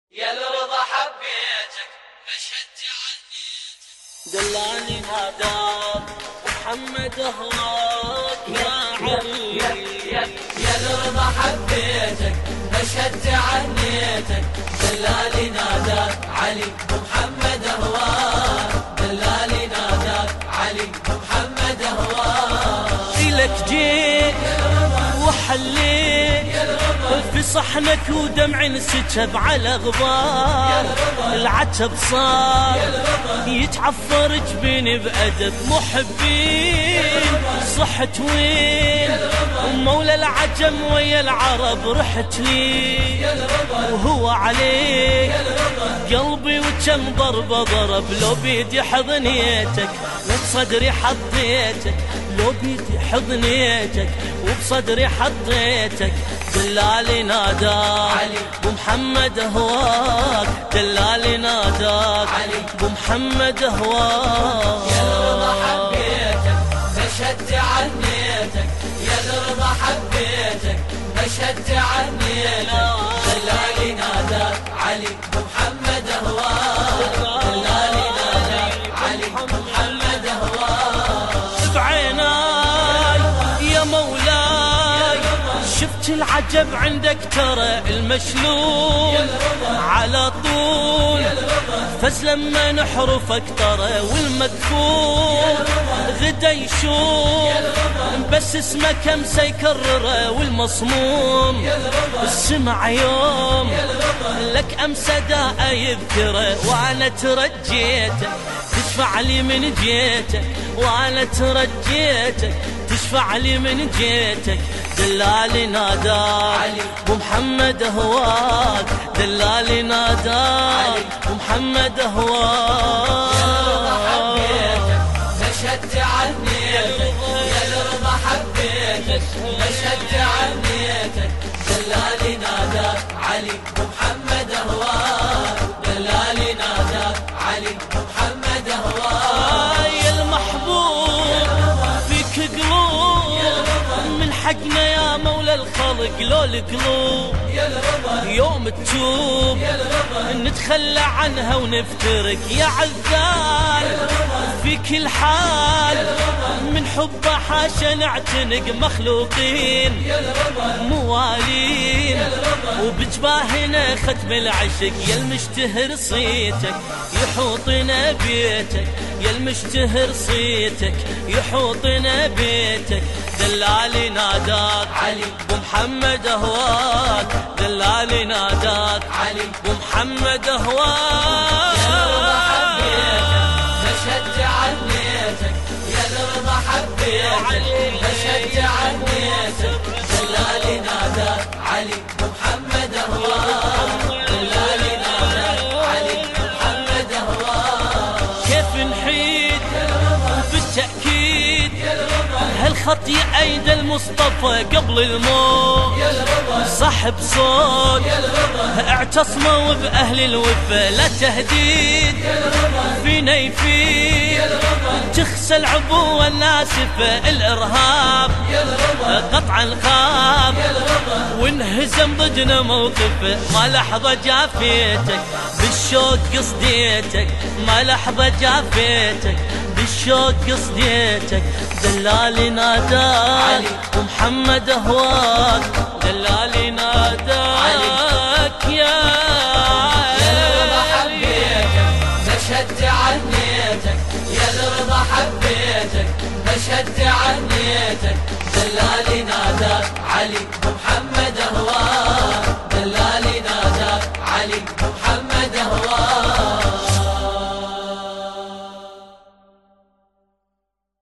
يا الرضا حبيتك مشهدت عنيتك دلاني ناداك محمد هواك يا علي. يا الرضا حبيتك مشهدت عنيتك دلالي ناداك علي محمد هواك دلالي ناداك علي محمد هواك. إلك جيت وحليت في صحنك ودمع انسكب على غبار العتب صار يتعفر جبيني بأدب محبين صحت وين ومولى العجم ويا العرب رحت لي وهو عليك قلبي وكم ضربة ضرب لو بيدي حضنيتك وبصدري حطيتك لو بيدي حضنيتك وبصدري حطيتك دلالي ناداك بمحمد هواك دلالي ناداك بمحمد هواك. يا الرضا حبيتك مشهدت عنيتك يا الرضا حبيتك مشهدت عنيتك دلالي ناداك علي بمحمد هواك دلالي ناداك علي بمحمد هواك. بعيناي يا مولاي شفت العجب عندك ترى المشلول على طول فز لما نحرفك ترى والمكفول غدا يشوف بس اسمك امس يكرره والمصموم السمع يوم لك امس داء يذكره وانا ترجيتك تشفع لي من جيتك وانا ترجيتك تشفع لي من جيتك دلالي ناداك بمحمد هواك دلالي ناداك بمحمد هواك. يا الرضا حبيتك مشهدت عنيتك يا الرضا حبيتك مشهدت عنيتك دلالي ناداك علي بمحمد هواك دلالي ناداك علي بمحمد هواك. يا المحبوب فيك قلوب من حقنا يا مولى الخلق لو القلوب يوم تتوب نتخلى عنها ونفترق يا عذال في كل حال من حبه حاشا نعتنق مخلوقين موالين وبجباهنا ختم العشق يا المشتهر صيتك يحوطنا بيتك يا المشتهر صيتك يحوطنا بيتك دلالي ناداك علي بمحمد هواك دلالي ناداك علي بمحمد هواك. يا الرضا حبيتك مشهدت عنيتك يا الرضا حبيتك مشهدت عنيتك دلالي ناداك علي بمحمد هواك دلالي ناداك علي بمحمد هواك. كيف نحيد بالتأكيد هالخط يأيد المصطفى قبل الموت صاحب صوت اعتصموا بأهل الوفا لا تهديد فينا يفيد تخسى العبوة الناسفة الإرهاب قطعا خاب وانهزم ضدنا موقفه ما لحظة جافيتك بالشوق قصديتك ما لحظة جافيتك بالشوق قصديتك دلالي ناداك ومحمد هواك دلالي ناداك. يا الرضا حبيتك مشهدت عنيتك يا الرضا حبيتك مشهدت عنيتك دلالي ناداك علي محمد هواك دلالي ناداك علي محمد هواك.